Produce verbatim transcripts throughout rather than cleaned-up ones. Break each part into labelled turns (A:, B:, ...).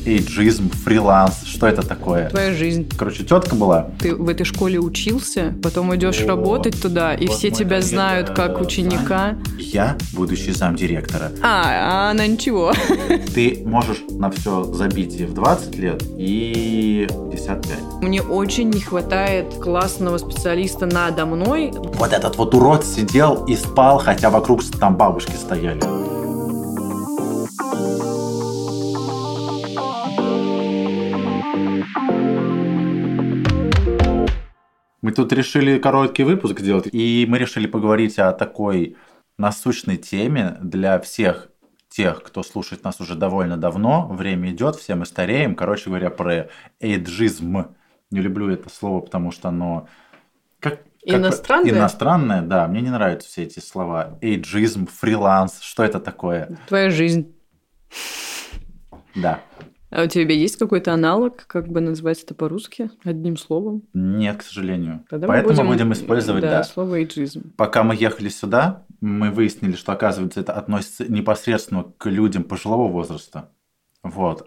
A: эйджизм, фриланс, что это такое?
B: Твоя жизнь.
A: Короче, тетка была.
B: Ты в этой школе учился, потом идешь О, работать туда, и вот все тебя знают как ученика.
A: Я будущий замдиректора.
B: А, а она ничего.
A: Ты можешь на все забить и в двадцать лет, и в пятьдесят пять.
B: Мне очень не хватает классного специалиста надо мной.
A: Вот этот вот урод сидел и спал, хотя вокруг там бабушки стояли. Мы тут решили короткий выпуск сделать, и мы решили поговорить о такой насущной теме для всех тех, кто слушает нас уже довольно давно. Время идет, все мы стареем. Короче говоря, про эйджизм. Не люблю это слово, потому что оно... Как,
B: иностранное?
A: Как... Иностранное, да. Мне не нравятся все эти слова. Эйджизм, фриланс. Что это такое?
B: Твоя жизнь.
A: Да.
B: А у тебя есть какой-то аналог, как бы назвать это по-русски, одним словом?
A: Нет, к сожалению.
B: Тогда
A: Поэтому
B: мы будем,
A: будем использовать,
B: да,
A: да.
B: слово эйджизм.
A: Пока мы ехали сюда, мы выяснили, что, оказывается, это относится непосредственно к людям пожилого возраста. Вот.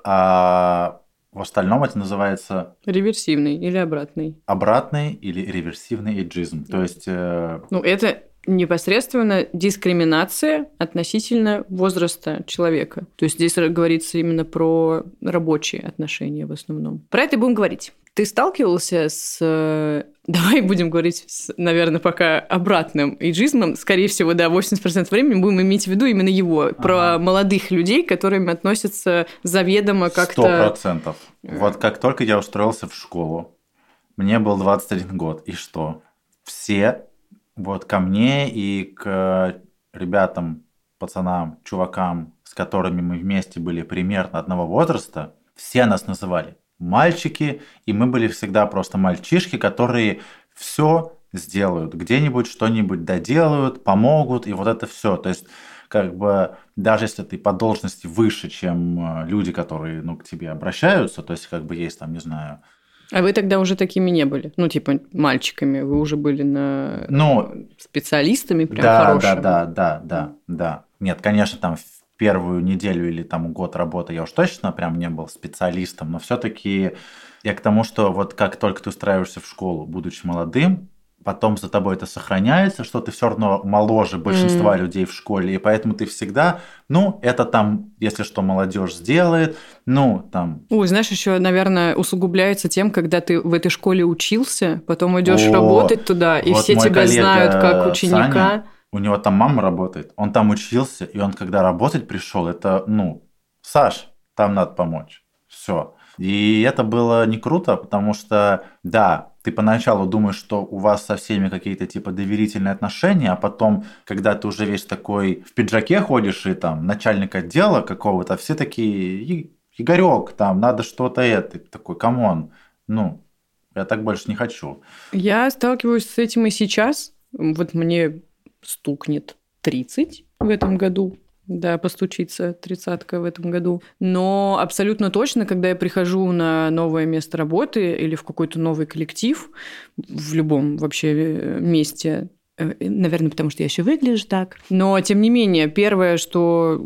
A: А в остальном это называется...
B: Реверсивный или обратный.
A: Обратный или реверсивный эйджизм. То есть... Э...
B: Ну, это... непосредственно дискриминация относительно возраста человека. То есть здесь говорится именно про рабочие отношения в основном. Про это и будем говорить. Ты сталкивался с... Давай будем говорить, с, наверное, пока обратным эйджизмом. Скорее всего, да, восемьдесят процентов времени будем иметь в виду именно его. Ага. Про молодых людей, к которым относятся заведомо как-то...
A: Сто процентов. Вот как только я устроился в школу, мне был двадцать один год. И что? Все... Вот ко мне и к ребятам, пацанам, чувакам, с которыми мы вместе были примерно одного возраста, все нас называли мальчики, и мы были всегда просто мальчишки, которые все сделают, где-нибудь что-нибудь доделают, помогут, и вот это все. То есть, как бы, даже если ты по должности выше, чем люди, которые, ну, к тебе обращаются, то есть, как бы, есть там, не знаю...
B: А вы тогда уже такими не были? Ну, типа, мальчиками. Вы уже были на...
A: ну,
B: специалистами прям
A: да,
B: хорошими.
A: Да, да, да, да, да. Нет, конечно, там в первую неделю или там год работы я уж точно прям не был специалистом, но все-таки я к тому, что вот как только ты устраиваешься в школу, будучи молодым, потом за тобой это сохраняется, что ты все равно моложе большинства mm. людей в школе, и поэтому ты всегда, ну, это там, если что, молодежь сделает, ну, там...
B: Ой, знаешь, еще, наверное, усугубляется тем, когда ты в этой школе учился, потом идешь
A: О,
B: работать туда, и
A: вот
B: все тебя знают как ученика.
A: Саня, у него там мама работает, он там учился, и он, когда работать пришел, это, ну, Саш, там надо помочь, все. И это было не круто, потому что, да, ты поначалу думаешь, что у вас со всеми какие-то типа доверительные отношения, а потом, когда ты уже весь такой в пиджаке ходишь и там начальник отдела какого-то, все такие, Игорек, там надо что-то это, такой, камон, ну, я так больше не хочу.
B: Я сталкиваюсь с этим и сейчас, вот мне стукнет тридцать в этом году. Да, постучится тридцатка в этом году. Но абсолютно точно, когда я прихожу на новое место работы или в какой-то новый коллектив, в любом вообще месте, наверное, потому что я еще выгляжу так, но, тем не менее, первое, что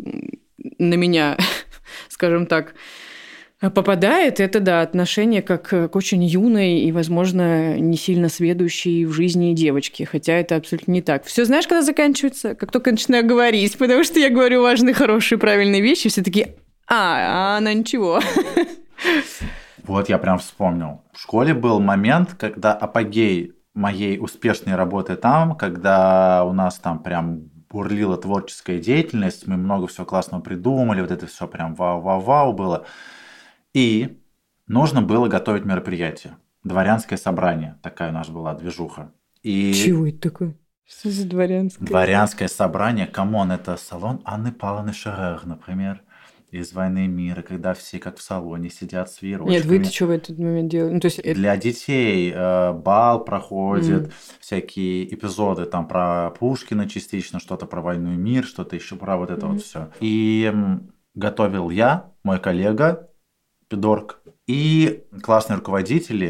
B: на меня, скажем так, попадает, это, да, отношение как к очень юной и, возможно, не сильно сведущей в жизни девочки, хотя это абсолютно не так. Все знаешь, когда заканчивается? Как только начинаю говорить, потому что я говорю важные, хорошие, правильные вещи, все такие, а, она ничего.
A: Вот я прям вспомнил. В школе был момент, когда апогей моей успешной работы там, когда у нас там прям бурлила творческая деятельность, мы много всего классного придумали, вот это все прям вау-вау-вау было. И нужно было готовить мероприятие. Дворянское собрание. Такая у нас была движуха. И...
B: Чего это такое? Что за дворянское?
A: Дворянское собрание. Камон, это салон Анны Павловны Шерер, например, из «Войны и мира», когда все как в салоне сидят с веерочками.
B: Нет, вы-то что в этот момент делаете? Ну, то есть...
A: Для детей э, бал проходит, mm. всякие эпизоды там про Пушкина частично, что-то про «Войну и мир», что-то еще про вот это mm. вот все. И м, готовил я, мой коллега, Пидорг, и классные руководители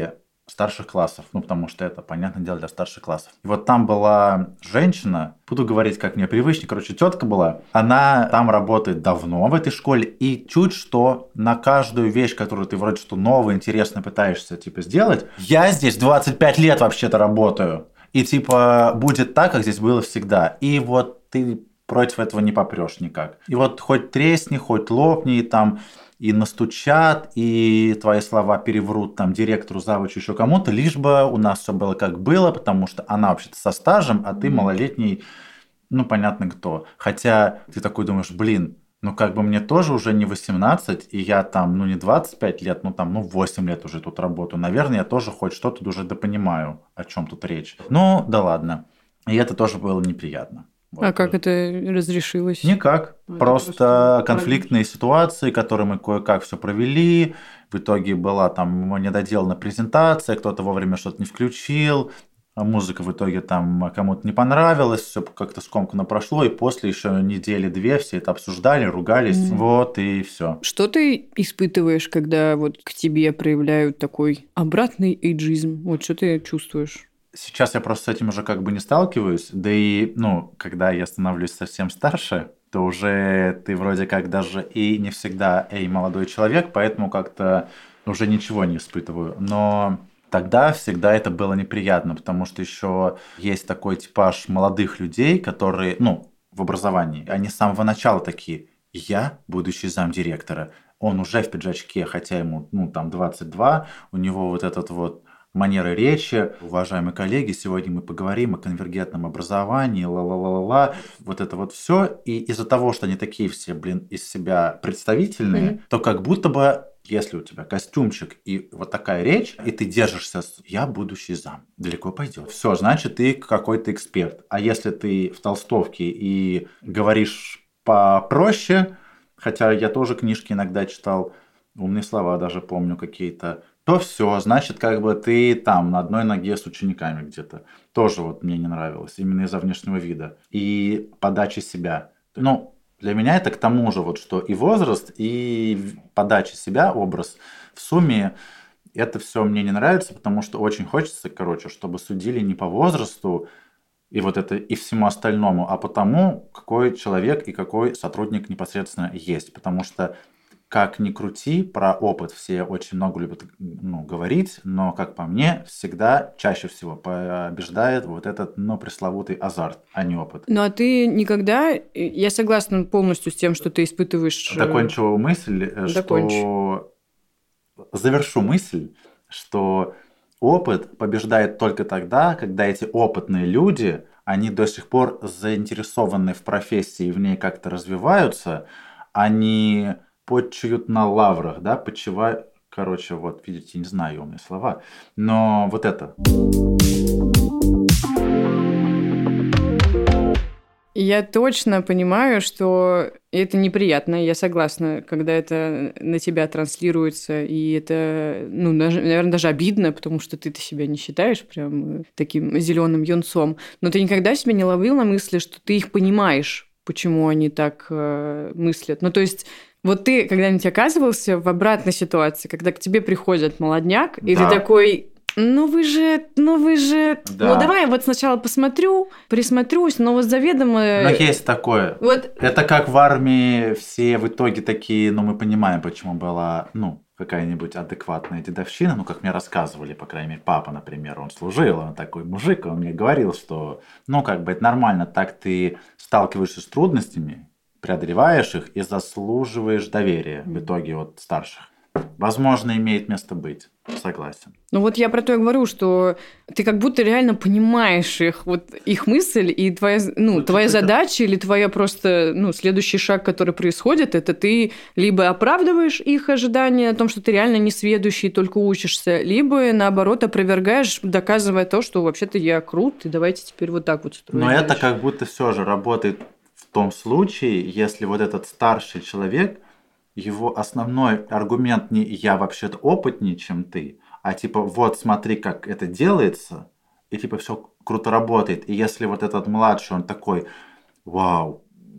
A: старших классов, ну, потому что это, понятное дело, для старших классов. И вот там была женщина, буду говорить, как мне привычнее, короче, тетка была, она там работает давно в этой школе, и чуть что на каждую вещь, которую ты вроде что новое, интересное пытаешься, типа, сделать, я здесь двадцать пять лет вообще-то работаю, и, типа, будет так, как здесь было всегда. И вот ты против этого не попрешь никак. И вот хоть тресни, хоть лопни, и там и настучат, и твои слова переврут там директору, завучу, еще кому-то, лишь бы у нас все было как было, потому что она вообще-то со стажем, а ты малолетний, ну, понятно кто. Хотя ты такой думаешь, блин, ну, как бы мне тоже уже не восемнадцать, и я там, ну, не двадцать пять лет, ну, там, ну, восемь лет уже тут работаю. Наверное, я тоже хоть что-то уже допонимаю, о чем тут речь. Ну, да ладно. И это тоже было неприятно. Вот.
B: А как это разрешилось?
A: Никак.
B: Ну,
A: просто
B: просто
A: конфликтные ситуации, которые мы кое-как все провели. В итоге была там недоделана презентация, кто-то вовремя что-то не включил. А музыка в итоге там кому-то не понравилась, все как-то скомканно прошло, и после еще недели-две все это обсуждали, ругались,
B: Мгм.
A: вот и все.
B: Что ты испытываешь, когда вот к тебе проявляют такой обратный эйджизм? Вот что ты чувствуешь?
A: Сейчас я просто с этим уже как бы не сталкиваюсь, да и, ну, когда я становлюсь совсем старше, то уже ты вроде как даже и не всегда, эй, молодой человек, поэтому как-то уже ничего не испытываю. Но тогда всегда это было неприятно, потому что еще есть такой типаж молодых людей, которые, ну, в образовании, они с самого начала такие, я будущий замдиректора. Он уже в пиджачке, хотя ему, ну, там, двадцать два, у него вот этот вот манеры речи. Уважаемые коллеги, сегодня мы поговорим о конвергентном образовании, ла-ла-ла-ла, вот это вот все. И из-за того, что они такие все, блин, из себя представительные,
B: Мгм.
A: то как будто бы, если у тебя костюмчик и вот такая речь, и ты держишься, с «я будущий зам», далеко пойдет. Все, значит, ты какой-то эксперт. А если ты в толстовке и говоришь попроще, хотя я тоже книжки иногда читал, умные слова даже помню какие-то, то все, значит, как бы ты там на одной ноге с учениками где-то. Тоже вот мне не нравилось, именно из-за внешнего вида. И подачи себя. Ну, для меня это к тому же, вот, что и возраст, и подача себя, образ в сумме, это все мне не нравится, потому что очень хочется, короче, чтобы судили не по возрасту, и вот это и всему остальному, а потому, какой человек и какой сотрудник непосредственно есть. Потому что как ни крути, про опыт все очень много любят, ну, говорить, но, как по мне, всегда чаще всего побеждает вот этот, ну, пресловутый азарт, а не опыт.
B: Ну, а ты никогда... Я согласна полностью с тем, что ты испытываешь... э,
A: Закончу мысль, э,
B: Закончи.
A: что... Завершу мысль, что опыт побеждает только тогда, когда эти опытные люди, они до сих пор заинтересованы в профессии и в ней как-то развиваются, они почуют на лаврах, да, почивают, короче, вот, видите, не знаю умные слова, но вот это.
B: Я точно понимаю, что это неприятно, я согласна, когда это на тебя транслируется, и это, ну, даже, наверное, даже обидно, потому что ты-то себя не считаешь прям таким зеленым юнцом, но ты никогда себя не ловил на мысли, что ты их понимаешь, почему они так э, мыслят. Ну, то есть вот ты когда-нибудь оказывался в обратной ситуации, когда к тебе приходит молодняк, и
A: Да.
B: ты такой... Ну вы же, ну вы же...
A: Да.
B: Ну давай я вот сначала посмотрю, присмотрюсь, но вот заведомо...
A: Но есть такое.
B: Вот...
A: Это как в армии все в итоге такие, ну мы понимаем, почему была, ну, какая-нибудь адекватная дедовщина, ну, как мне рассказывали, по крайней мере, папа, например, он служил, он такой мужик, он мне говорил, что, ну, как бы это нормально, так ты сталкиваешься с трудностями, преодолеваешь их и заслуживаешь доверия в итоге от старших. Возможно, имеет место быть. Согласен.
B: Ну вот я про то и говорю, что ты как будто реально понимаешь их, вот их мысль, и твоя, ну,
A: Ну,
B: твоя
A: типа это-
B: задача или твоя просто, ну, следующий шаг, который происходит, это ты либо оправдываешь их ожидания о том, что ты реально несведущий, только учишься, либо, наоборот, опровергаешь, доказывая то, что вообще-то я крут, и давайте теперь вот так вот строить
A: Но это
B: дальше.
A: как будто все же работает в том случае, если вот этот старший человек, его основной аргумент не «я вообще-то опытнее, чем ты», а типа «вот смотри, как это делается», и типа все круто работает. И если вот этот младший, он такой «вау,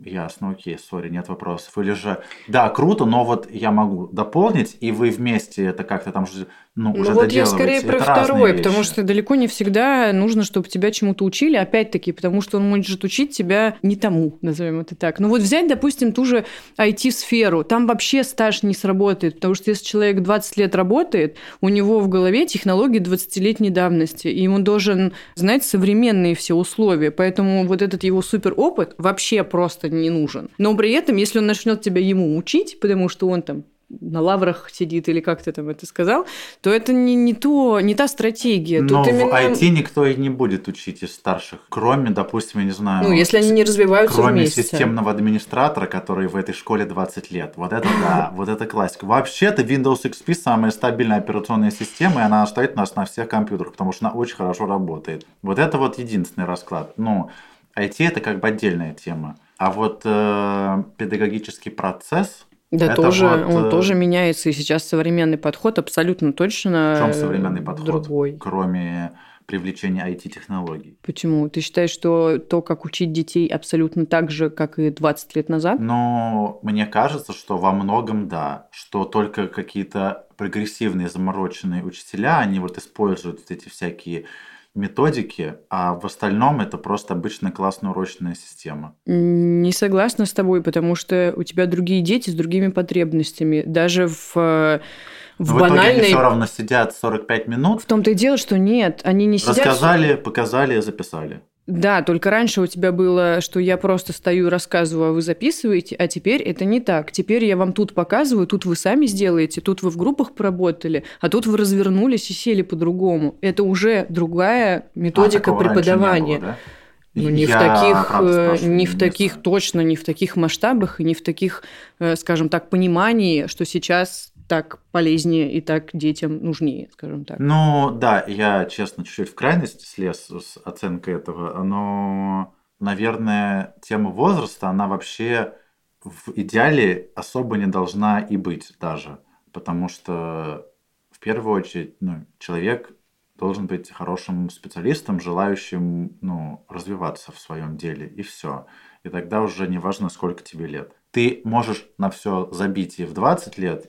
A: Ясно, окей, сори, нет вопросов. Или же, да, круто, но вот я могу дополнить, и вы вместе это как-то там же, ну,
B: Ну
A: уже
B: вот я скорее
A: доделываете.
B: про
A: Это разные
B: второе, потому
A: вещи.
B: что далеко не всегда нужно, чтобы тебя чему-то учили, опять-таки, потому что он может учить тебя не тому, назовем это так. Ну вот взять, допустим, ту же ай ти-сферу, там вообще стаж не сработает, потому что если человек двадцать лет работает, у него в голове технологии двадцатилетней давности, и ему должен знать современные все условия, поэтому вот этот его суперопыт вообще просто не нужен. Но при этом, если он начнет тебя ему учить, потому что он там на лаврах сидит, или как ты там это сказал, то это не, не, то, не та стратегия.
A: Но
B: Тут
A: в
B: именно...
A: ай ти никто и не будет учить из старших, кроме, допустим, я не знаю...
B: Ну, если они не развиваются
A: кроме
B: вместе.
A: системного администратора, который в этой школе двадцать лет. Вот это да, вот это классика. Вообще-то Windows икс пи самая стабильная операционная система, и она стоит у нас на всех компьютерах, потому что она очень хорошо работает. Вот это вот единственный расклад. Ну, ай ти это как бы отдельная тема. А вот э, педагогический процесс...
B: Да,
A: это
B: тоже,
A: вот,
B: он
A: э,
B: тоже меняется, и сейчас современный подход абсолютно точно
A: в чем современный подход,
B: другой.
A: кроме привлечения ай ти-технологий?
B: Почему? Ты считаешь, что то, как учить детей, абсолютно так же, как и двадцать лет назад?
A: Но мне кажется, что во многом да, что только какие-то прогрессивные замороченные учителя, они вот используют вот эти всякие методики, а в остальном это просто обычная классная урочная система.
B: Не согласна с тобой, потому что у тебя другие дети с другими потребностями. Даже в, в
A: Но
B: банальной...
A: в итоге они все равно сидят сорок пять минут.
B: В том-то и дело, что нет, они не сидят...
A: Рассказали, показали, записали.
B: Да, только раньше у тебя было, что я просто стою и рассказываю, а вы записываете, а теперь это не так. Теперь я вам тут показываю, тут вы сами сделаете, тут вы в группах поработали, а тут вы развернулись и сели по-другому. Это уже другая методика
A: а,
B: преподавания.
A: Не было, да?
B: Ну, не
A: я,
B: в таких,
A: правда,
B: не в таких точно, не в таких масштабах и не в таких, скажем так, понимании, что сейчас так полезнее и так детям нужнее, скажем так.
A: Ну, да, я, честно, чуть-чуть в крайности слез с оценкой этого, но, наверное, тема возраста, она вообще в идеале особо не должна и быть даже, потому что, в первую очередь, ну, человек должен быть хорошим специалистом, желающим, ну, развиваться в своем деле, и все. И тогда уже не важно, сколько тебе лет. Ты можешь на все забить и в двадцать лет,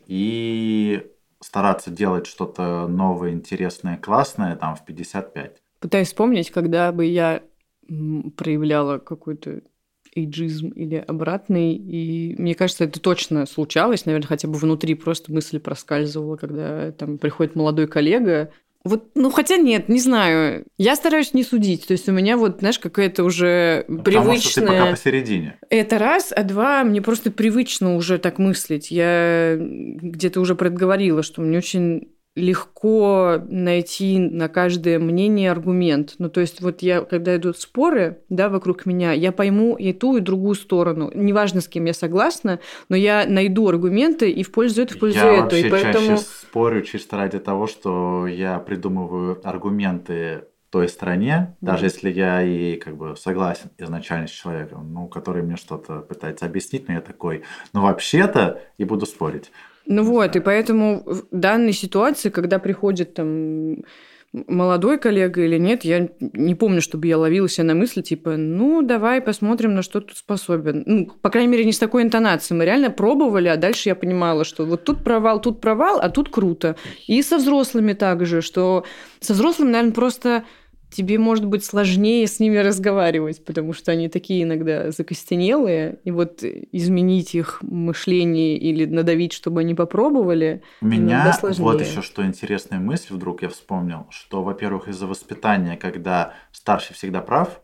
A: и стараться делать что-то новое, интересное, классное там в пятьдесят пять.
B: Пытаюсь вспомнить, когда бы я проявляла какой-то эйджизм или обратный, и мне кажется, это точно случалось, наверное, хотя бы внутри просто мысль проскальзывала, когда там приходит молодой коллега. Вот, ну, хотя нет, не знаю. Я стараюсь не судить. То есть у меня вот, знаешь, какая-то уже
A: Потому
B: привычная...
A: что ты пока посередине.
B: Это раз, а два, мне просто привычно уже так мыслить. Я где-то уже предговорила, что мне очень легко найти на каждое мнение аргумент. Ну, то есть вот я, когда идут споры, да, вокруг меня, я пойму и ту, и другую сторону. Неважно, с кем я согласна, но я найду аргументы и в пользу этого, в пользу
A: я
B: этого.
A: Я
B: и поэтому...
A: чаще спорю чисто ради того, что я придумываю аргументы той стороне, mm-hmm. даже если я и как бы согласен изначально с человеком, ну, который мне что-то пытается объяснить, но я такой, ну, вообще-то, и буду спорить.
B: Ну вот, и поэтому в данной ситуации, когда приходит там молодой коллега или нет, я не помню, чтобы я ловила себя на мысли, типа, ну, давай посмотрим, на что ты способен. Ну, по крайней мере, не с такой интонацией. Мы реально пробовали, а дальше я понимала, что вот тут провал, тут провал, а тут круто. И со взрослыми также, что со взрослыми, наверное, просто... тебе, может быть, сложнее с ними разговаривать, потому что они такие иногда закостенелые, и вот изменить их мышление или надавить, чтобы они попробовали,
A: у меня вот еще что интересная мысль вдруг я вспомнил, что, во-первых, из-за воспитания, когда старший всегда прав,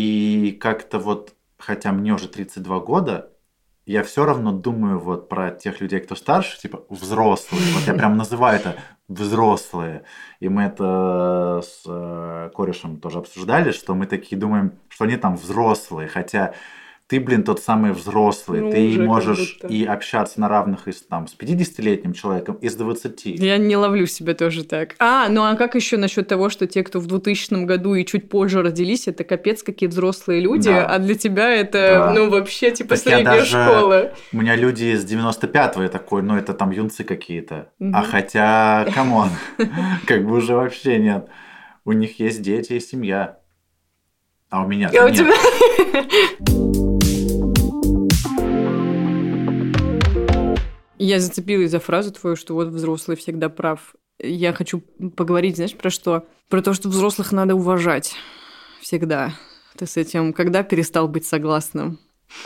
A: и как-то вот, хотя мне уже тридцать два года, я все равно думаю вот про тех людей, кто старше, типа взрослые. Вот я прям называю это взрослые. И мы это с э, корешем тоже обсуждали, что мы такие думаем, что они там взрослые, хотя ты, блин, тот самый взрослый, ну, ты можешь и общаться на равных и с, там, с пятидесятилетним человеком, и с двадцати.
B: Я не ловлю себя тоже так. А, ну а как еще насчет того, что те, кто в двухтысячном году и чуть позже родились, это капец какие взрослые люди, да. А для тебя это, да. ну, вообще, типа, так средняя даже... школа.
A: У меня люди из девяносто пятого, я такой, ну, это там юнцы какие-то. Угу. А хотя, камон, как бы уже вообще нет. У них есть дети и семья. А у меня нет.
B: Я зацепилась за фразу твою, что вот взрослый всегда прав. Я хочу поговорить, знаешь, про что? Про то, что взрослых надо уважать всегда. Ты с этим когда перестал быть согласным?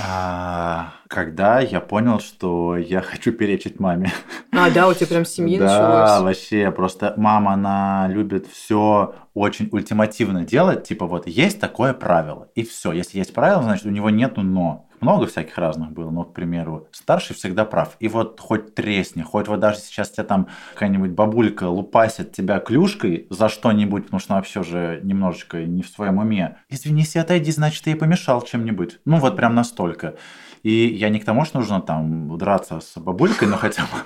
A: А, когда я понял, что я хочу перечить маме.
B: А, да, у тебя прям с семьи
A: Да,
B: началось.
A: вообще, просто мама, она любит все очень ультимативно делать. Типа вот есть такое правило, и все. Если есть правило, значит у него нету но. Много всяких разных было, но, к примеру, старший всегда прав. И вот хоть тресни, хоть вот даже сейчас тебя там какая-нибудь бабулька лупасит тебя клюшкой за что-нибудь, потому что она вообще же немножечко не в своем уме. Извинись и отойди, значит, ты ей помешал чем-нибудь. Ну вот прям настолько. И я не к тому, что нужно там драться с бабулькой, но хотя бы...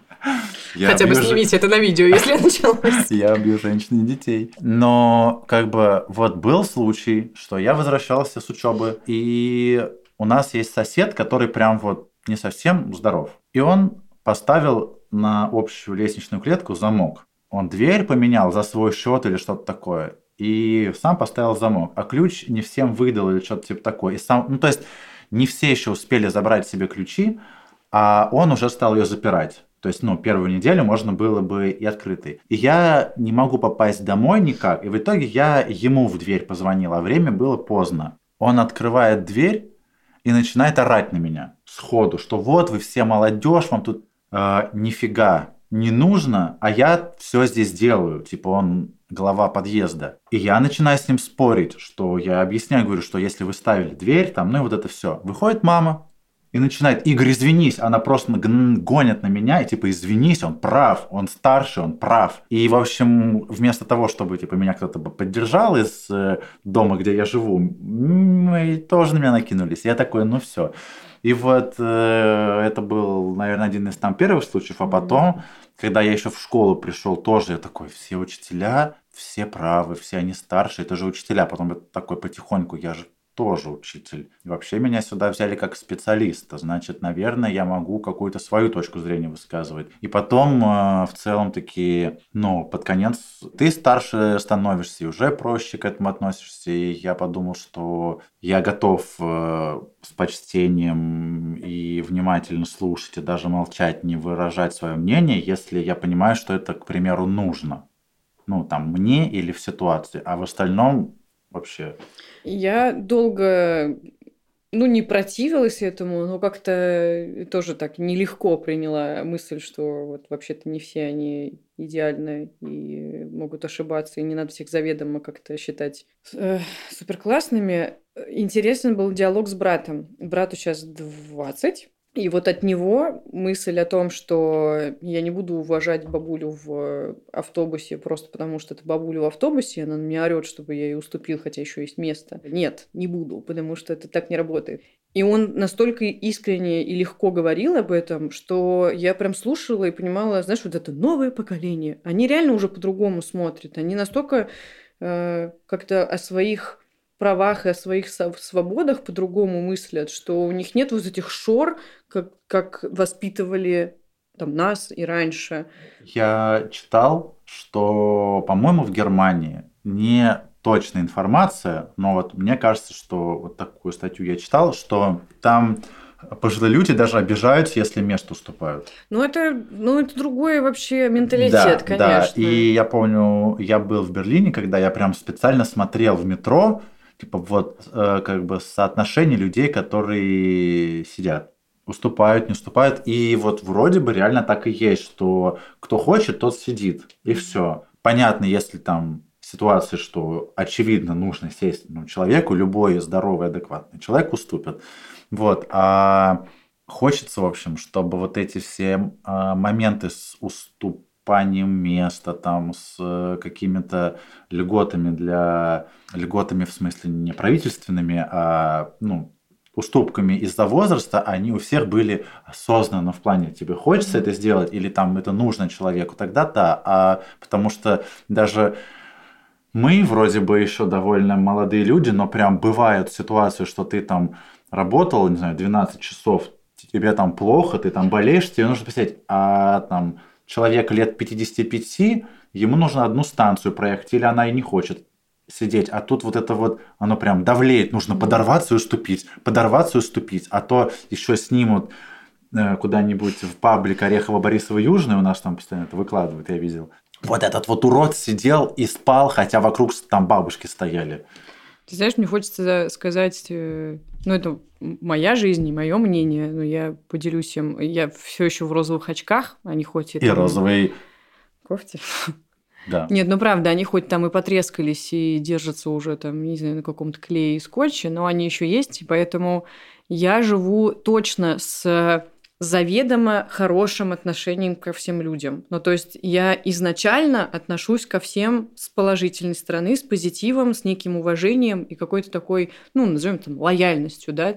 A: Я
B: Хотя бы
A: бью же-
B: снимите это на видео, если началось.
A: Я бью женщин и детей. Но как бы вот был случай, что я возвращался с учебы, и у нас есть сосед, который прям вот не совсем здоров. И он поставил на общую лестничную клетку замок. Он дверь поменял за свой счет или что-то такое. И сам поставил замок. А ключ не всем выдал или что-то типа такое. И сам, ну то есть не все еще успели забрать себе ключи, а он уже стал ее запирать. То есть, ну, первую неделю можно было бы и открытой. И я не могу попасть домой никак. И в итоге я ему в дверь позвонил, а время было поздно. Он открывает дверь и начинает орать на меня сходу, что вот вы все молодежь, вам тут э, нифига не нужно, а я все здесь делаю. Типа он глава подъезда. И я начинаю с ним спорить, что я объясняю, говорю, что если вы ставили дверь, там, ну и вот это все. Выходит мама, и начинает: Игорь, извинись. Она просто гонит на меня, и типа, извинись, он прав, он старше, он прав. И, в общем, вместо того, чтобы типа меня кто-то поддержал из э, дома, где я живу, мы тоже на меня накинулись. Я такой, ну все. И вот э, это был, наверное, один из там первых случаев, а потом, когда я еще в школу пришел, тоже я такой: все учителя, все правы, все они старше, это же учителя. Потом я такой потихоньку, я же тоже учитель. И вообще меня сюда взяли как специалиста. Значит, наверное, я могу какую-то свою точку зрения высказывать. И потом, э, в целом, такие, ну, под конец ты старше становишься и уже проще к этому относишься. И я подумал, что я готов э, с почтением и внимательно слушать, и даже молчать, не выражать свое мнение, если я понимаю, что это, к примеру, нужно. Ну, там, мне или в ситуации. А в остальном вообще...
B: Я долго, ну, не противилась этому, но как-то тоже так нелегко приняла мысль, что вот вообще-то не все они идеальны и могут ошибаться, и не надо всех заведомо как-то считать э, суперклассными. Интересен был диалог с братом. Брату сейчас двадцать. И вот от него мысль о том, что я не буду уважать бабулю в автобусе просто потому, что это бабуля в автобусе, она на меня орет, чтобы я ей уступил, хотя еще есть место. Нет, не буду, потому что это так не работает. И он настолько искренне и легко говорил об этом, что я прям слушала и понимала, знаешь, вот это новое поколение. Они реально уже по-другому смотрят. Они настолько э, как-то о своих правах и о своих свободах по-другому мыслят, что у них нет вот этих шор, как, как воспитывали там нас и раньше.
A: Я читал, что, по-моему, в Германии не точная информация, но вот мне кажется, что вот такую статью я читал, что там пожилые люди даже обижаются, если место уступают.
B: Ну, это, ну, это другой вообще менталитет,
A: да,
B: конечно.
A: Да, и я помню, я был в Берлине, когда я прям специально смотрел в метро, типа вот э, как бы соотношение людей, которые сидят. Уступают, не уступают. И вот вроде бы реально так и есть, что кто хочет, тот сидит. И все. Понятно, если там ситуация, что очевидно нужно сесть ну, человеку, любой здоровый, адекватный человек уступит. Вот. А хочется, в общем, чтобы вот эти все а, моменты с уступанием места, там, с какими-то льготами для... Льготами в смысле не правительственными, а, ну, уступками из-за возраста, они у всех были осознанно в плане, тебе хочется mm-hmm. это сделать или там это нужно человеку, тогда да, а потому что даже мы вроде бы еще довольно молодые люди, но прям бывают ситуации, что ты там работал, не знаю, двенадцать часов, тебе там плохо, ты там болеешь, тебе нужно писать, а там человек лет пятьдесят пять, ему нужно одну станцию проехать, или она и не хочет сидеть, а тут вот это вот, оно прям давлеет, нужно подорваться и уступить, подорваться и уступить, а то еще снимут э, куда-нибудь в паблик Орехово-Борисово-Южный, у нас там постоянно это выкладывают, я видел. Вот этот вот урод сидел и спал, хотя вокруг там бабушки стояли.
B: Ты знаешь, мне хочется сказать, э, ну, это моя жизнь и мое мнение, но я поделюсь им. Я все еще в розовых очках, они хоть и
A: И
B: там...
A: розовый...
B: Кофте?
A: Да.
B: Нет, ну правда, они хоть там и потрескались, и держатся уже там, не знаю, на каком-то клее и скотче, но они еще есть, и поэтому я живу точно с заведомо хорошим отношением ко всем людям. Ну, то есть я изначально отношусь ко всем с положительной стороны, с позитивом, с неким уважением и какой-то такой, ну, назовем там, лояльностью, да.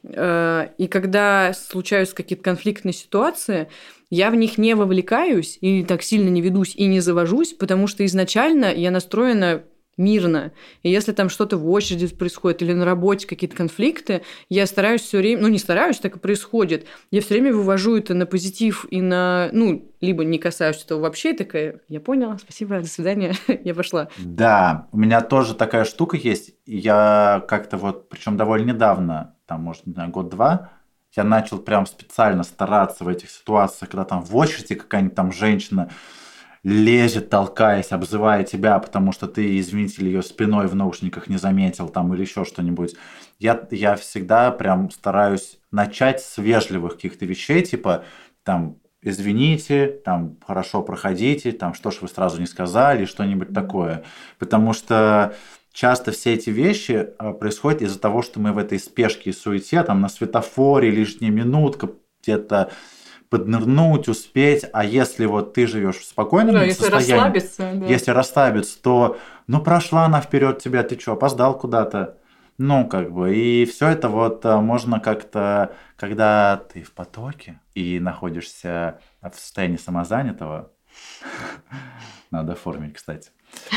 B: И когда случаются какие-то конфликтные ситуации, я в них не вовлекаюсь и так сильно не ведусь и не завожусь, потому что изначально я настроена мирно. И если там что-то в очереди происходит или на работе какие-то конфликты, я стараюсь все время, ну не стараюсь, так и происходит, я все время вывожу это на позитив и на, ну, либо не касаюсь этого вообще, такая, я поняла, спасибо, до свидания, я пошла.
A: Да, у меня тоже такая штука есть. Я как-то вот, причем довольно недавно, там, может, не знаю, год-два, я начал прям специально стараться в этих ситуациях, когда там в очереди какая-нибудь там женщина лезет, толкаясь, обзывая тебя, потому что ты, извините, ее спиной в наушниках не заметил там или еще что-нибудь. Я, я всегда прям стараюсь начать с вежливых каких-то вещей, типа там извините, там хорошо проходите, там что ж вы сразу не сказали, что-нибудь такое. Потому что часто все эти вещи происходят из-за того, что мы в этой спешке и суете, там на светофоре лишняя минутка, где-то поднырнуть, успеть, а если вот ты живешь в спокойном
B: да, если
A: состоянии,
B: расслабиться, да.
A: если расслабиться, то ну прошла она вперед тебя, ты что, опоздал куда-то? Ну, как бы, и все это вот можно как-то, когда ты в потоке и находишься в состоянии самозанятого, надо оформить, кстати.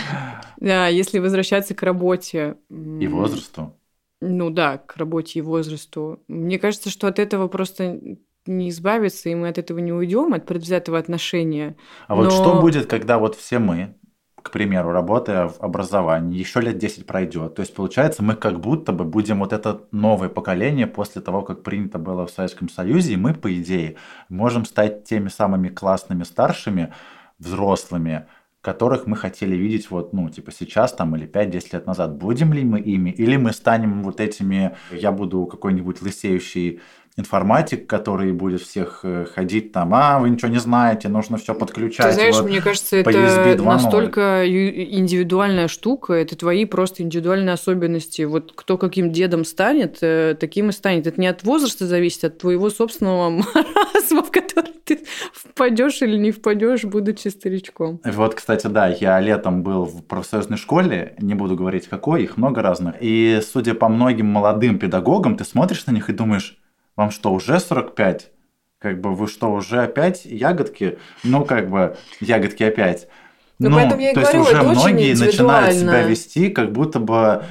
B: Да, если возвращаться к работе.
A: И возрасту.
B: Ну да, к работе и возрасту. Мне кажется, что от этого просто не избавиться, и мы от этого не уйдем, от предвзятого отношения.
A: А Но... вот что будет, когда вот все мы, к примеру, работая в образовании, еще лет десять пройдет. То есть, получается, мы как будто бы будем вот это новое поколение после того, как принято было в Советском Союзе, и мы, по идее, можем стать теми самыми классными старшими, взрослыми, которых мы хотели видеть вот, ну, типа сейчас там или пять-десять лет назад. Будем ли мы ими? Или мы станем вот этими, я буду какой-нибудь лысеющий информатик, который будет всех ходить там, а, вы ничего не знаете, нужно все подключать.
B: Ты знаешь,
A: вот,
B: мне кажется, это настолько индивидуальная штука, это твои просто индивидуальные особенности. Вот кто каким дедом станет, таким и станет. Это не от возраста зависит, от твоего собственного маразма, в который ты впадешь или не впадешь, будучи старичком.
A: Вот, кстати, да, я летом был в профсоюзной школе, не буду говорить какой, их много разных. И судя по многим молодым педагогам, ты смотришь на них и думаешь, вам что, уже сорок пять? Как бы вы что, уже опять ягодки? Ну, как бы, ягодки опять.
B: Ну,
A: ну
B: поэтому я и
A: то
B: говорю,
A: есть уже
B: это
A: многие
B: очень
A: начинают себя вести, как будто бы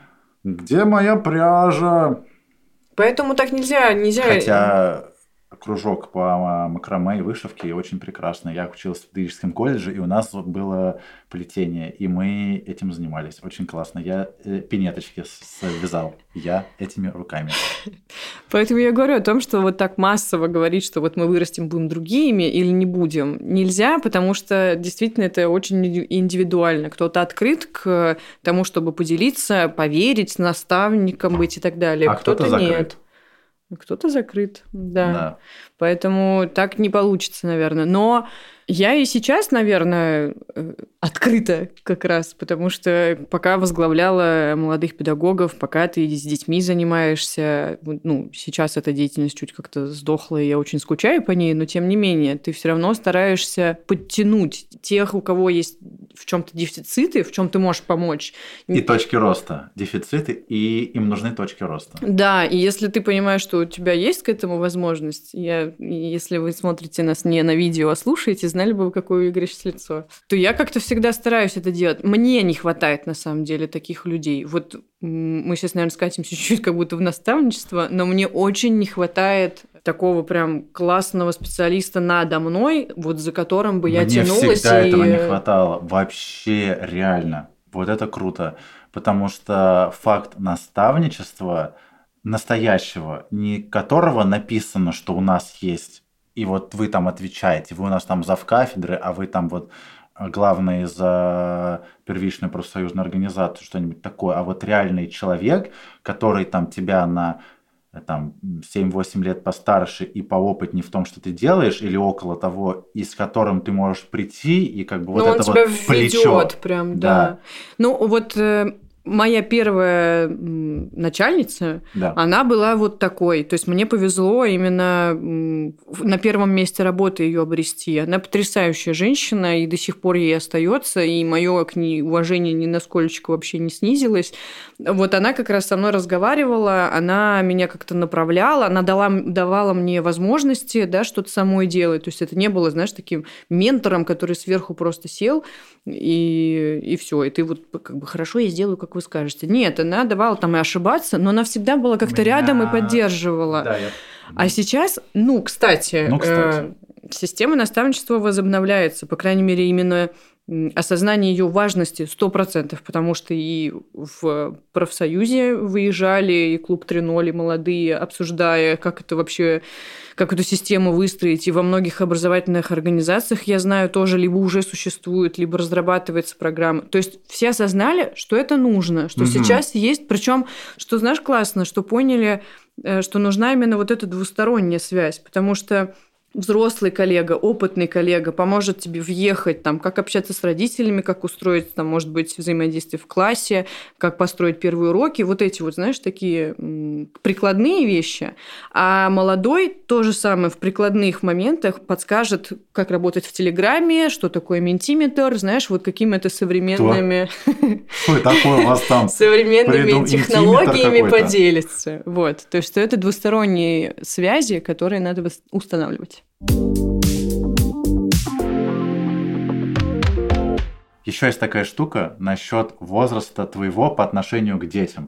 A: где моя пряжа?
B: Поэтому так нельзя, нельзя.
A: Хотя кружок по макраме и вышивке очень прекрасный. Я учился в педагогическом колледже, и у нас было плетение, и мы этим занимались. Очень классно. Я пинеточки связал. Я этими руками.
B: Поэтому я говорю о том, что вот так массово говорить, что вот мы вырастем, будем другими или не будем, нельзя, потому что действительно это очень индивидуально. Кто-то открыт к тому, чтобы поделиться, поверить, наставником быть и так далее.
A: А кто-то, кто-то
B: нет. Кто-то закрыт, да.
A: да.
B: Поэтому так не получится, наверное. Но я и сейчас, наверное, открыта как раз, потому что пока возглавляла молодых педагогов, пока ты с детьми занимаешься, ну, сейчас эта деятельность чуть как-то сдохла, и я очень скучаю по ней, но тем не менее, ты все равно стараешься подтянуть тех, у кого есть в чем-то дефициты, в чем ты можешь помочь.
A: И точки роста. Дефициты, и им нужны точки роста.
B: Да, и если ты понимаешь, что у тебя есть к этому возможность, я, если вы смотрите нас не на видео, а слушаете, знали бы вы, какое у Игоря сейчас лицо, то я как-то всегда стараюсь это делать. Мне не хватает, на самом деле, таких людей. Вот мы сейчас, наверное, скатимся чуть-чуть как будто в наставничество, но мне очень не хватает такого прям классного специалиста надо мной, вот за которым бы я
A: Мне
B: тянулась.
A: Мне всегда
B: и...
A: этого не хватало. Вообще, реально. Вот это круто. Потому что факт наставничества настоящего, не которого написано, что у нас есть, и вот вы там отвечаете, вы у нас там завкафедры, а вы там вот главный за первичную профсоюзную организацию, что-нибудь такое, а вот реальный человек, который там тебя на там, семь-восемь лет постарше и поопытнее в том, что ты делаешь, или около того, и с которым ты можешь прийти, и как бы вот
B: Но
A: это
B: он тебя
A: вот плечо.
B: ведёт прям, да. да. Ну, вот э, моя первая м, начальница,
A: Да.
B: она была вот такой. То есть мне повезло именно м, на первом месте работы ее обрести. Она потрясающая женщина, и до сих пор ей остается, и мое к ней уважение ни насколько вообще не снизилось. Вот она как раз со мной разговаривала, она меня как-то направляла, она дала, давала мне возможности, да, что-то самой делать. То есть это не было, знаешь, таким ментором, который сверху просто сел, и, и все. И ты вот как бы хорошо, я сделаю, как вы скажете. Нет, она давала там и ошибаться, но она всегда была как-то
A: Меня...
B: рядом и поддерживала.
A: Да, я...
B: А сейчас, ну, кстати,
A: ну, кстати.
B: Э, система наставничества возобновляется, по крайней мере, именно осознание ее важности сто процентов, потому что и в профсоюзе выезжали, и клуб три ноль, и молодые, обсуждая, как это вообще, как эту систему выстроить. И во многих образовательных организациях, я знаю, тоже либо уже существует, либо разрабатывается программа. То есть все осознали, что это нужно, что угу. сейчас есть, причем, что, знаешь, классно, что поняли, что нужна именно вот эта двусторонняя связь, потому что взрослый коллега, опытный коллега поможет тебе въехать, там, как общаться с родителями, как устроить, там, может быть, взаимодействие в классе, как построить первые уроки, вот эти вот, знаешь, такие м, прикладные вещи. А молодой то же самое в прикладных моментах подскажет, как работать в Телеграме, что такое ментиметр, знаешь, вот какими-то современными...
A: Что такое у вас там?
B: Современными технологиями поделится. Вот. То есть, что это двусторонние связи, которые надо устанавливать.
A: Еще есть такая штука насчет возраста твоего по отношению к детям.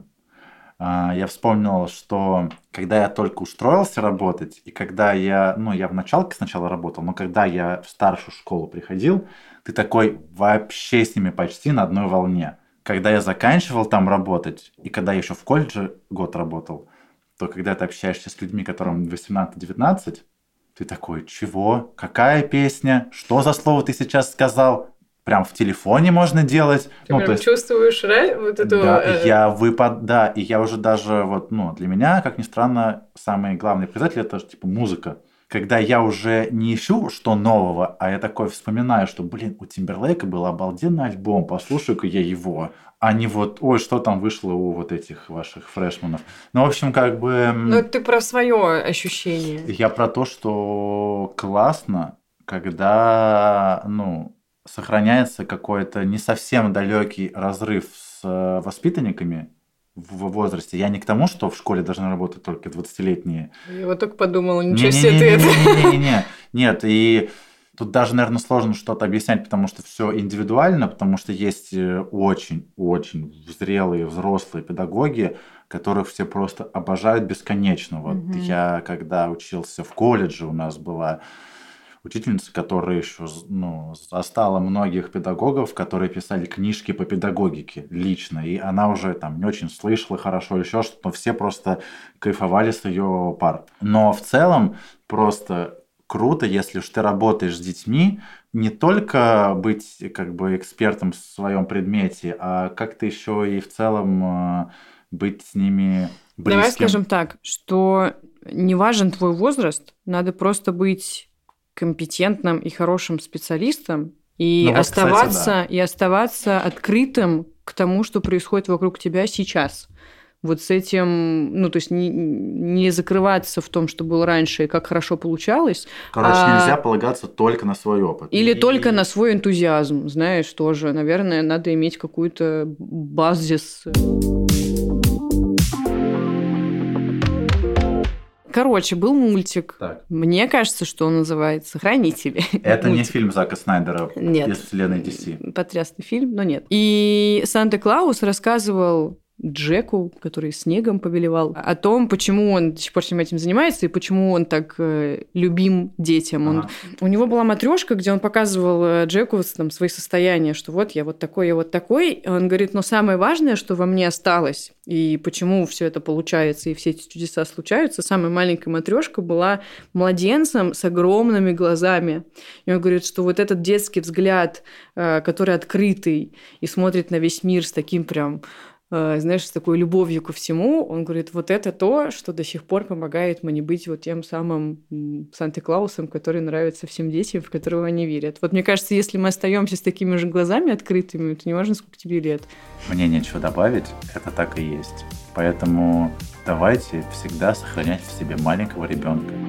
A: Я вспомнил, что когда я только устроился работать, и когда я, ну, я в началке сначала работал, но когда я в старшую школу приходил, ты такой вообще с ними почти на одной волне. Когда я заканчивал там работать, и когда я еще в колледже год работал, то когда ты общаешься с людьми, которым восемнадцать-девятнадцать, ты такой, чего? Какая песня? Что за слово ты сейчас сказал? Прям в телефоне можно делать.
B: Ты
A: ну,
B: прям
A: то есть,
B: чувствуешь, да, вот эту...
A: Да, я выпад... да, и я уже даже, вот, ну, для меня, как ни странно, самый главный показатель – это типа музыка. Когда я уже не ищу, что нового, а я такой вспоминаю, что, блин, у Тимберлейка был обалденный альбом, послушаю-ка я его, а не вот, ой, что там вышло у вот этих ваших фрешманов. Ну, в общем, как бы...
B: Ну, ты про свое ощущение.
A: Я про то, что классно, когда, ну, сохраняется какой-то не совсем далекий разрыв с воспитанниками в возрасте. Я не к тому, что в школе должны работать только двадцатилетние.
B: Я вот только подумала, ничего себе ты это.
A: Не-не-не, нет, и тут даже, наверное, сложно что-то объяснять, потому что все индивидуально, потому что есть очень-очень зрелые взрослые педагоги, которых все просто обожают бесконечно. Вот mm-hmm. я, когда учился в колледже, у нас была учительница, которая еще, ну, застала многих педагогов, которые писали книжки по педагогике лично, и она уже там не очень слышала хорошо или еще что-то, но все просто кайфовали с ее пар. Но в целом просто круто, если уж ты работаешь с детьми, не только быть как бы экспертом в своем предмете, а как-то еще и в целом быть с ними близким.
B: Давай скажем так, что не важен твой возраст, надо просто быть компетентным и хорошим специалистом и ну, вот, оставаться кстати, да. и оставаться открытым к тому, что происходит вокруг тебя сейчас. Вот с этим, ну, то есть не, не закрываться в том, что было раньше и как хорошо получалось.
A: Короче, а... нельзя полагаться только на свой опыт.
B: Или
A: и...
B: только на свой энтузиазм, знаешь, тоже. Наверное, надо иметь какую-то базис. Короче, был мультик.
A: Так.
B: Мне кажется, что он называется «Хранители».
A: Это не фильм Зака Снайдера
B: нет.
A: из вселенной ди си.
B: Потрясный фильм, но нет. И Санта-Клаус рассказывал Джеку, который снегом повелевал, о том, почему он до сих пор всем этим занимается и почему он так э, любим детям. Он,
A: Ага.
B: У него была матрешка, где он показывал Джеку там, свои состояния, что вот я вот такой, я вот такой. Он говорит, но самое важное, что во мне осталось, и почему все это получается, и все эти чудеса случаются, самая маленькая матрешка была младенцем с огромными глазами. И он говорит, что вот этот детский взгляд, э, который открытый и смотрит на весь мир с таким прям, знаешь, с такой любовью ко всему, он говорит, вот это то, что до сих пор помогает мне быть вот тем самым Санта-Клаусом, который нравится всем детям, в которого они верят. Вот мне кажется, если мы остаемся с такими же глазами открытыми, то неважно, сколько тебе лет.
A: Мне нечего добавить, это так и есть. Поэтому давайте всегда сохранять в себе маленького ребенка.